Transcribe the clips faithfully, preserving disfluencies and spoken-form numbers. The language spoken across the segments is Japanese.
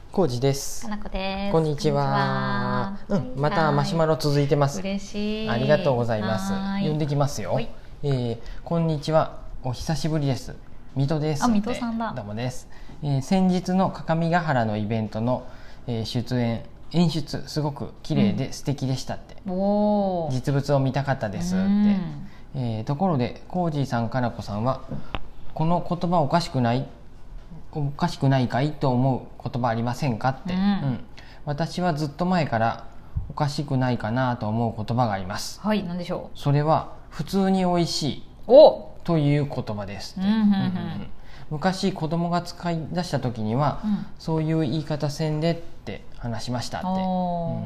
コウジです。 かなこです。 こんにちは。うん、またマシュマロ続いてます。 嬉しい。 ありがとうございます。呼んできますよ。えー、こんにちは。お久しぶりです。水戸です。 あ、水戸さんだ。 どうもです。えー、先日の各務原のイベントの、えー、出演演出すごく綺麗で素敵でしたって。うん、お実物を見たかったですって。えー、ところでコウジさん、かなこさんはこの言葉おかしくない？おかしくないかいと思う言葉ありませんかって、うんうん、私はずっと前からおかしくないかなと思う言葉があります。 はい、何でしょう。それは普通に美味しいという言葉ですって、うんうんうん、昔子供が使い出した時には、うん、そういう言い方せんでって話しましたって、うん、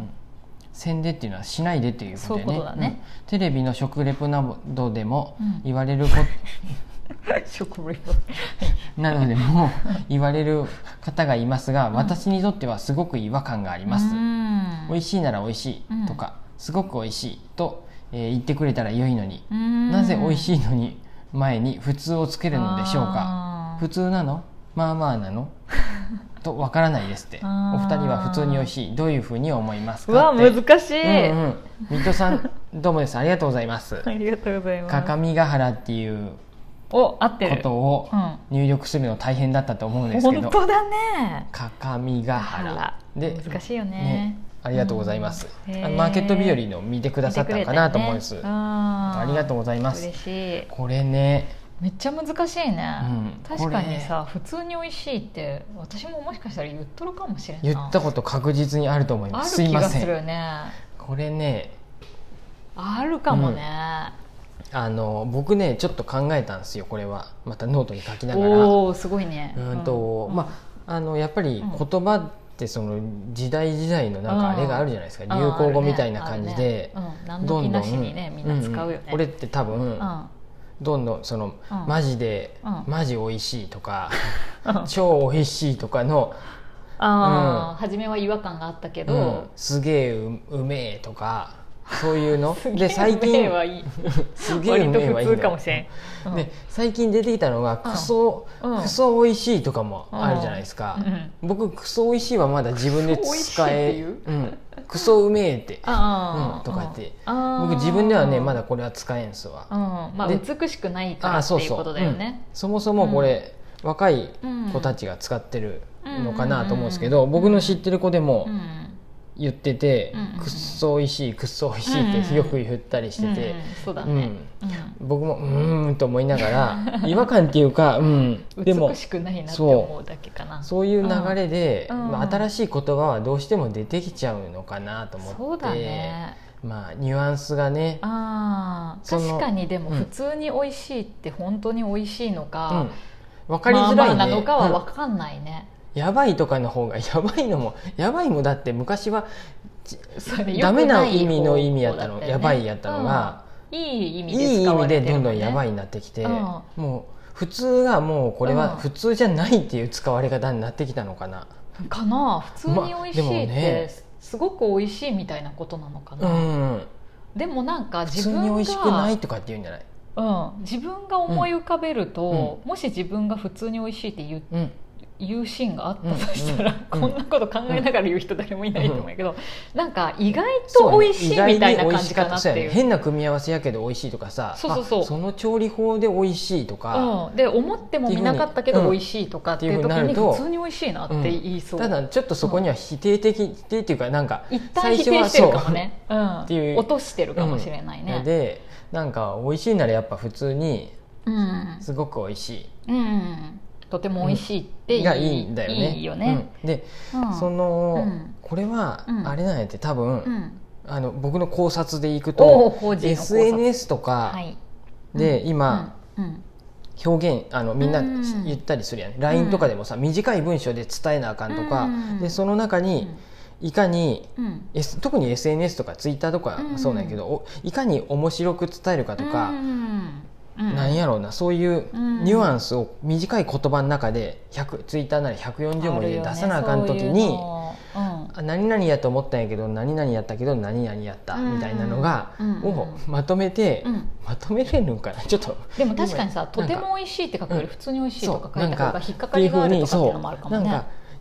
せんでっていうのはしないでっていうことで ね, そういうことだね、うん、 テレビの食レポなどでも言われること、うん食レポなのでも言われる方がいますが、私にとってはすごく違和感があります。美味しいなら美味しいとか、すごく美味しいと、えー、言ってくれたら良いのに、なぜ美味しいのに前に普通をつけるのでしょうか。普通なの？まあまあなの？とわからないですって。お二人は普通に美味しい、どういうふうに思いますかって。 うわ難しい、 うんうん、水戸さんどうもです。ありがとうございます。 ありがとうございます。 各務原っていうお合ってることを入力するの大変だったと思うんですけど、 本当だね。 各務原で難しいよ ね, ね。ありがとうございます、うん、マーケット日和の見てくださったかなと思うんです、ね、あ, ありがとうございます。 嬉しい。 これねめっちゃ難しいね、うん、確かにさ普通に美味しいって私ももしかしたら言っとるかもしれない。 言ったこと確実にあると思います。 ある気がするね。 これねあるかもね、 うん、あの僕ねちょっと考えたんですよ。これはまたノートに書きながら。 おーすごいね。 うんと、うんまあ、あのやっぱり言葉ってその時代時代のなんかあれがあるじゃないですか、うん、流行語みたいな感じで、 ねねうん、どんどんなしにねみんな使うよね、 うん、これって多分、うん、どんどんその、うん、マジで、うん、マジ美味しいとか、うん、超美味しいとかのあ、うん、初めは違和感があったけど、うん、 すげえ う, うめえとかそういうので最近すげえうめえはいい割と普通かもしれん、 うん、で最近出てきたのがクソ、うん、クソ美味しいとかもあるじゃないですか、うん、僕クソ美味しいはまだ自分で使える、うん、クソうめえって、うん、とかって僕自分ではねまだこれは使えんすわ、 うんまあ、美しくないからっていうことだよね。 そもそもこれ、うん、若い子たちが使ってるのかなと思うんですけど、僕の知ってる子でも、うん言ってて、うんうんうん、くっそ美味しいくっそ美味しいってよく言ったりしてて、僕もうーんと思いながら違和感っていうか、うん、 でも美しくないなって思うだけかな。 そう、そういう流れで、うんまあ、新しい言葉はどうしても出てきちゃうのかなと思って。 そうだね。 まあニュアンスがね。 あ確かにでも普通に美味しいって本当に美味しいのか、 うん、分かりづらいね、 まあまあなのかは分かんないね、うんやばいとかの方がやばいのもやばいもだって昔はダメな意味の意味やったの、ね、やばいやったのが、 うん、いい意味で使われてる、ね、いい意味でどんどんやばいになってきて、うん、もう普通がもうこれは普通じゃないっていう使われ方になってきたのかな、 うん、かな。普通に美味しいってすごく美味しいみたいなことなのかな、うん、でもなんか自分が普通に美味しくないとかって言うんじゃない、 うん、自分が思い浮かべると、うん、もし自分が普通に美味しいって言って、うん言うシーンがあったとしたら、うんうん、こんなこと考えながら言う人誰もいないと思うけど、うん、なんか意外と美味しいみたいな感じかなっていう、 変な組み合わせやけど美味しいとかさ、そうそうそう、その調理法で美味しいとか、 うん、で思ってもみなかったけど美味しいとかっていう時に普通に美味しいなって言いそう、 うん、ただちょっとそこには否定的、うん、否定っていうかなんか一旦否定してるかもね、うん、っていう落としてるかもしれないね、 うん、でなんか美味しいならやっぱ普通にすごく美味しい、 うんうんとても美味しいっていい、うん、 がいいんだよね。 いいよね、 うん、で、うん、その、うん、これはあれなんやって多分、うん、あの僕の考察でいくと エスエヌエス とかで今、うんうん、表現あのみんな言ったりするやん、うん、ライン とかでもさ短い文章で伝えなあかんとか、うん、でその中にいかに、うんS、特に エスエヌエス とか ツイッター とかそうなんやけど、いかに面白く伝えるかとか、うんうん、なんやろうな、そういうニュアンスを短い言葉の中でひゃくツイッターならひゃくよんじゅうもじで出さなあかん時に、うん、何々やと思ったんやけど何々やったけど何々やったみたいなのが、うん、をまとめて、うん、まとめれるんかなちょっと。 でも確かにさとても美味しいって書くより普通に美味しいとか書いた方が引っかかりがあるとかっていうのもあるかもね。なんか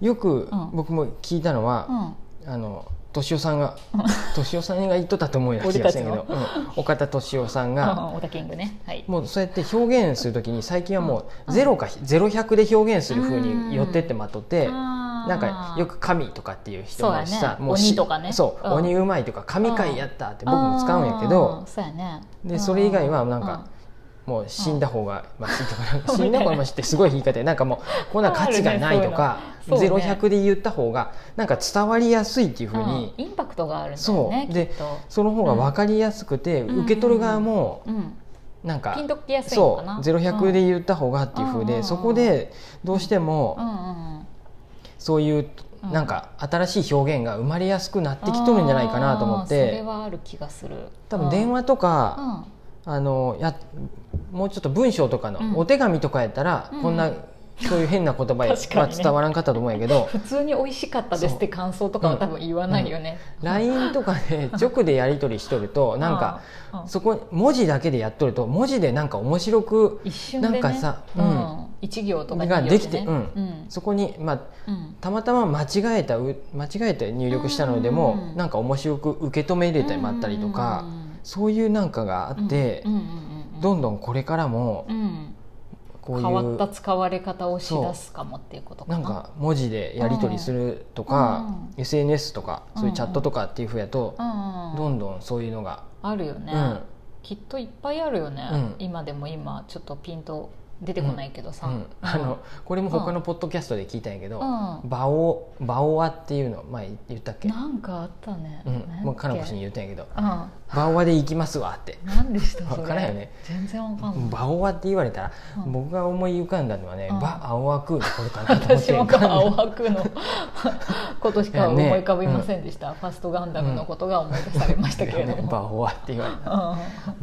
よく僕も聞いたのは、うん、あの敏夫さんが敏夫さんが言っとったと思うような気がするけど、うん、岡田敏夫さんが岡田キングね、はい、 もうそうやって表現するときに最近はもうゼロかゼロひゃくで表現する風に寄ってってまとって、うん、なんかよく神とかっていう人もさ、 ね、もう鬼とかね、 そう、うん、鬼うまいとか神回やったって僕も使うんやけど、 そうやね、 でそれ以外はなんかもう死んだ方がマシとか、死んだ方がマシってすごい言い方で、なんかもうこんな価値がないとか、ゼロひゃくで言った方がなんか伝わりやすいっていうふうに、 インパクトがあるんだよね。 そうで、その方が分かりやすくて、受け取る側もなんかピンときやすいのかな。 そう、ゼロひゃくで言った方がっていうふうで、そこでどうしてもそういうなんか新しい表現が生まれやすくなってきとるんじゃないかなと思って。 それはある気がする。 多分電話とか、あのやもうちょっと文章とかのお手紙とかやったら、うん、こんなそういう変な言葉は伝わらんかったと思うんやけど、 普通に美味しかったですって感想とかは多分言わないよね、 うんうん、ライン とかで直でやり取りしとるとなんかそこ文字だけでやっとると文字でなんか面白く一瞬で、ね、 なんかさ、 うん、いち行とかに行、 ね、ができて、うんうん、そこに、まあうん、たまたま間違えた間違えて入力したのでも、うんうん、なんか面白く受け止めれたりもあったりとか、うんうん、そういうなんかがあって、うんうんうんうん、どんどんこれからも、うんこういう変わった使われ方をしだすかもっていうことかな。 なんか文字でやり取りするとか、うん、エスエヌエス とかそういうチャットとかっていうふうやと、うんうん、どんどんそういうのがあるよね、うん、きっといっぱいあるよね、うん、今でも今ちょっとピンと出てこないけどさ、うんうん、 あのこれも他のポッドキャストで聞いたんやけど、うん、バオバオアっていうの前言ったっけ。 なんかあったね、 うん、もうかなこ氏に言ったんやけど、うん、バオアで行きますわって。 何でしたそれ。 分からんよね。 全然わかんない。 バオアって言われたら、うん、僕が思い浮かんだのはね、うん、バアオアクーのこれかなと思って。 私もバアオアクーのことしか思い浮かびませんでした、ねうん、ファストガンダムのことが思い出されましたけれども、 ね、バオアって言われた、うん、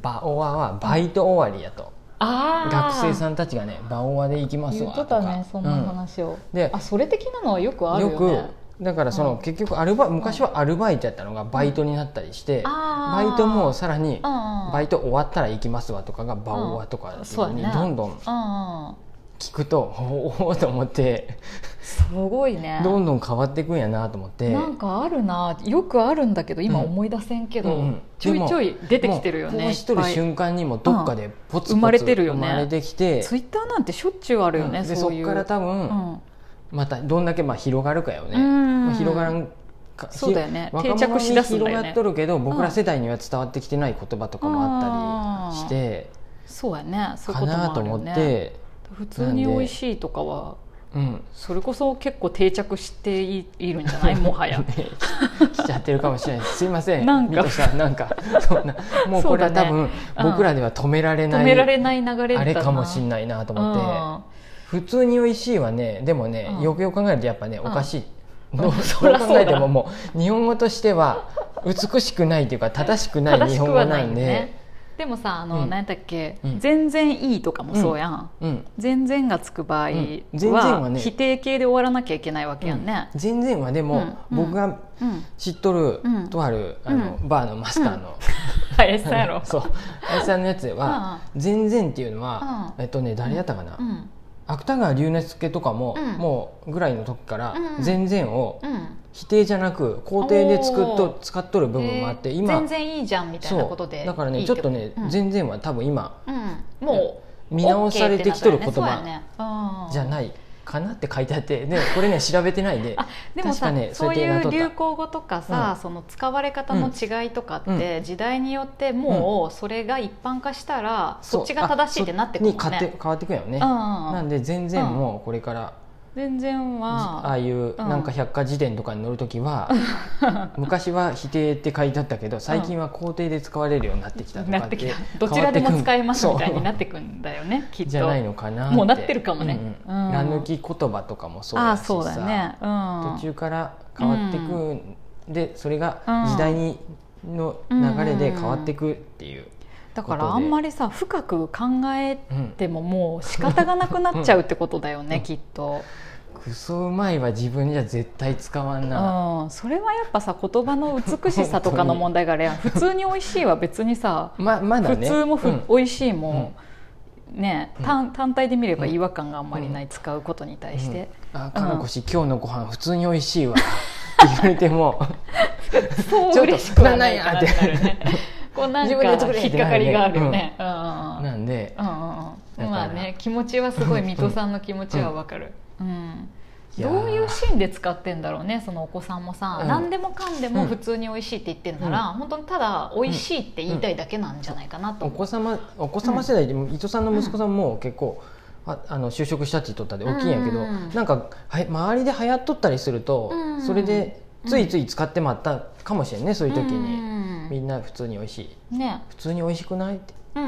バオアはバイト終わりやと、あ学生さんたちがねバオアで行きますわとか言っとったね、そんな話を、うん、であそれ的なのはよくあるよね。よくだからその、うん、結局アルバ昔はアルバイトやったのがバイトになったりして、うん、バイトもさらにバイト終わったら行きますわとかがバオアとかっていう風にどんどん聞くとおおと思ってすごいね、 どんどん変わっていくんやなと思って。 なんかあるな、よくあるんだけど今思い出せんけど、うんうん、ちょいちょい出てきてるよね。 こうしとる瞬間にもどっかでポツポツ生まれてるよね。 生まれてきて、 ツイッターなんてしょっちゅうあるよね、うん、 でそういう。 そこから多分、うんまたどんだけまあ広がるかよね、まあ、広がらんかそうだよね、定着しだすんだよね。 広がっとるけど僕ら世代には伝わってきてない言葉とかもあったりして、 そうやね、そういうこともあるよね。 かなと思って、 普通に美味しいとかは、うん、それこそ結構定着しているんじゃないもはや、ね、 しちゃってるかもしれないすいませんなんかなんかそんなもうこれは多分、ねうん、僕らでは止められない、 止められない流れだなあれかもしれないなと思って、うん普通に美味しいはね、でもね、うん、よくよく考えるとやっぱね、うん、おかしい、うん、どう考えてももう日本語としては美しくないというか正しくない日本語なんで、ね、 でもさあの、うん、何だっけ、うん、全然いいとかもそうやん、うん、全然がつく場合は、うんね、否定形で終わらなきゃいけないわけやんね、 全然はでも、僕が知っとる、とあるあの、バーのマスターの、 林さんやろそう林さんのやつでは全然っていうのは、えっとね誰やったかな、芥川龍之介とかも、うん、もうぐらいの時から全然を否定じゃなく肯定で作っと使っとる部分もあって、今全然いいじゃんみたいなことでだからねちょっとね、うん、全然は多分今、 うん、もう見直されてきとる言葉じゃないかなって書いてあって、でこれね調べてないででもさ、ね、そういう流行語とかさ、うん、その使われ方の違いとかって、うん、時代によってもうそれが一般化したら、うん、そっちが正しいってなってくるもんね。 変わってくるよね、うん、なんで全然もうこれから、 全然はああいうなんか百科事典とかに載るときは、うん、昔は否定って書いてあったけど最近は肯定で使われるようになってきたとかって、 どちらでも使えますみたいになってくんだよねきっと。 じゃないのかなってもうなってるかもね、 うんうん、ら抜き言葉とかもそうだしさ、 そうだね、うん、 途中から変わってくんで、それが時代にの流れで変わってくっていう、 だからあんまりさ深く考えてももう仕方がなくなっちゃうってことだよね、うん、きっと。 クソうまいは自分じゃ絶対使わんな、 うん、それはやっぱさ言葉の美しさとかの問題があれや普通に美味しいは別にさ、 ままだね、 普通もふ、うん、美味しいも、 ね、単, 単体で見れば違和感があんまりない、うん、使うことに対して、 うんうん、あ、かなこし、うん、今日のご飯普通に美味しいわって言われてもそう嬉しくはないかなってなるねこうなんか引っかかりがあるよね、うん、 なんで、 うんうんうん、まあね、気持ちはすごい、水戸さんの気持ちはわかる、うんうんどういうシーンで使ってんだろうね、そのお子さんもさ、うん、何でもかんでも普通に美味しいって言ってるなら、うん、本当にただ美味しいって言いたいだけなんじゃないかなと、 うん、お子様お子様世代で、伊藤さんの息子さんも結構、ああの就職したって言っとったで大きいんやけど、うん、なんかは周りで流行っとったりすると、うん、それでついつい使ってまったかもしれんね、そういう時に、うん、みんな普通に美味しい、ね、普通に美味しくないって、うん、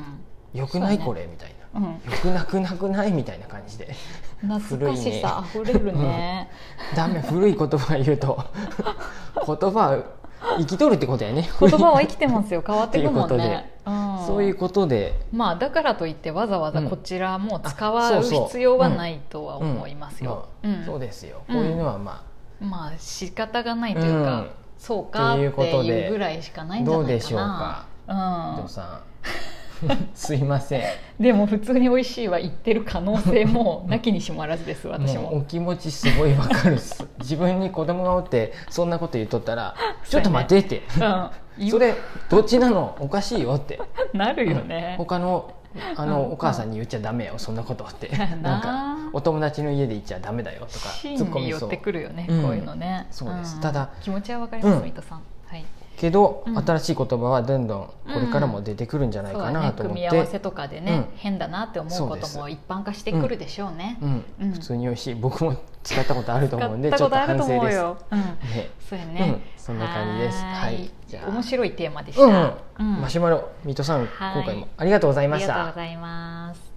よくない、ね、これみたいな。うん、よくなくなくないみたいな感じで懐かしさあふれるね、 うん、ダメ、古い言葉言うと言葉生きとるってことやね言葉は生きてますよ、変わってくもんね、 うん、そういうことで、 まあだからといってわざわざこちらも使う必要はないとは思いますよ、 そうですよ、こういうのはまあ、まあ仕方がないというか、うん、そうかっていうぐらいしかないんじゃないかな。 どうでしょうか、伊藤さんすいません、 でも普通に美味しいは言ってる可能性もなきにしもあらずです私も。 もうお気持ちすごいわかるっす自分に子供がおってそんなこと言っとったらちょっと待ってって、うん、それどっちなのおかしいよってなるよね、 うん、他のあの、うん、お母さんに言っちゃダメよそんなことってなんかお友達の家で言っちゃダメだよとかシーンに寄ってくるよね、うん、こういうのね、 そうです、 うん、 ただ気持ちはわかります、水戸さん、はいけど、うん、新しい言葉はどんどんこれからも出てくるんじゃないかなと思って、うんね、 組み合わせとかでね、うん、変だなって思うことも一般化してくるでしょうね、 うんうん、普通に美味しい、僕も使ったことあると思うんでちょっと反省です、うんね、 そうやね、 そんな感じです。はい、 じゃあ面白いテーマでした、 マシュマロ、水戸さん、今回もありがとうございました。 ありがとうございます。